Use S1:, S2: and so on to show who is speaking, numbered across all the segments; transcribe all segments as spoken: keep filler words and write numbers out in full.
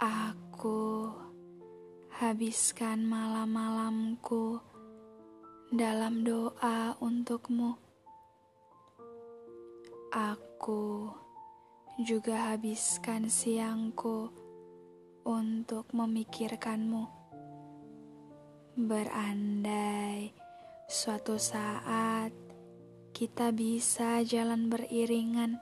S1: Aku habiskan malam-malamku dalam doa untukmu. Aku juga habiskan siangku untuk memikirkanmu. Berandai suatu saat kita bisa jalan beriringan.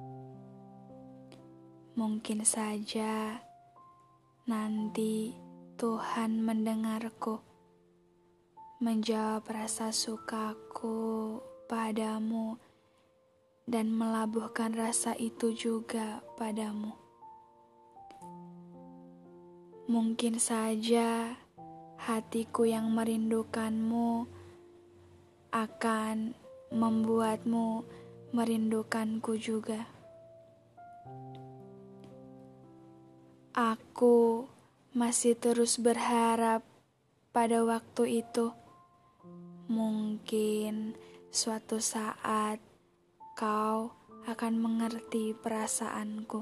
S1: Mungkin saja nanti Tuhan mendengarku, menjawab rasa sukaku padamu, dan melabuhkan rasa itu juga padamu. Mungkin saja hatiku yang merindukanmu akan membuatmu merindukanku juga. Aku masih terus berharap pada waktu itu. Mungkin suatu saat kau akan mengerti perasaanku.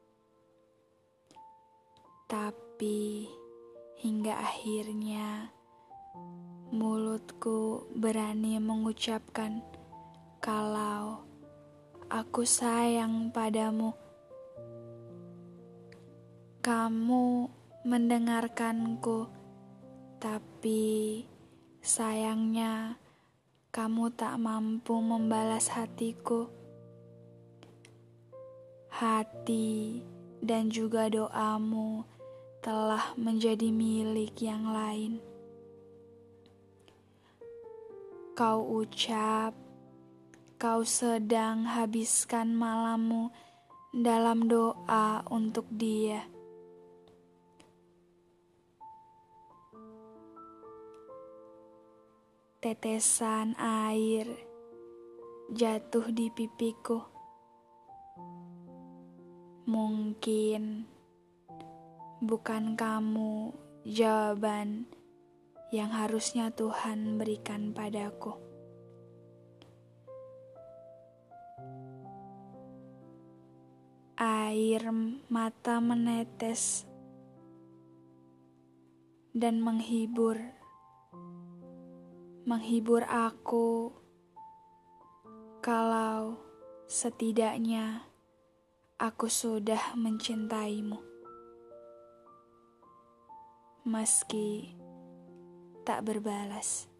S1: Tapi hingga akhirnya mulutku berani mengucapkan kalau aku sayang padamu. Kamu mendengarkanku, tapi sayangnya kamu tak mampu membalas hatiku. Hati dan juga doamu telah menjadi milik yang lain. Kau ucap, kau sedang habiskan malammu dalam doa untuk dia. Tetesan air jatuh di pipiku. Mungkin bukan kamu jawaban yang harusnya Tuhan berikan padaku. Air mata menetes dan menghibur. Menghibur aku kalau setidaknya aku sudah mencintaimu. Meski tak berbalas.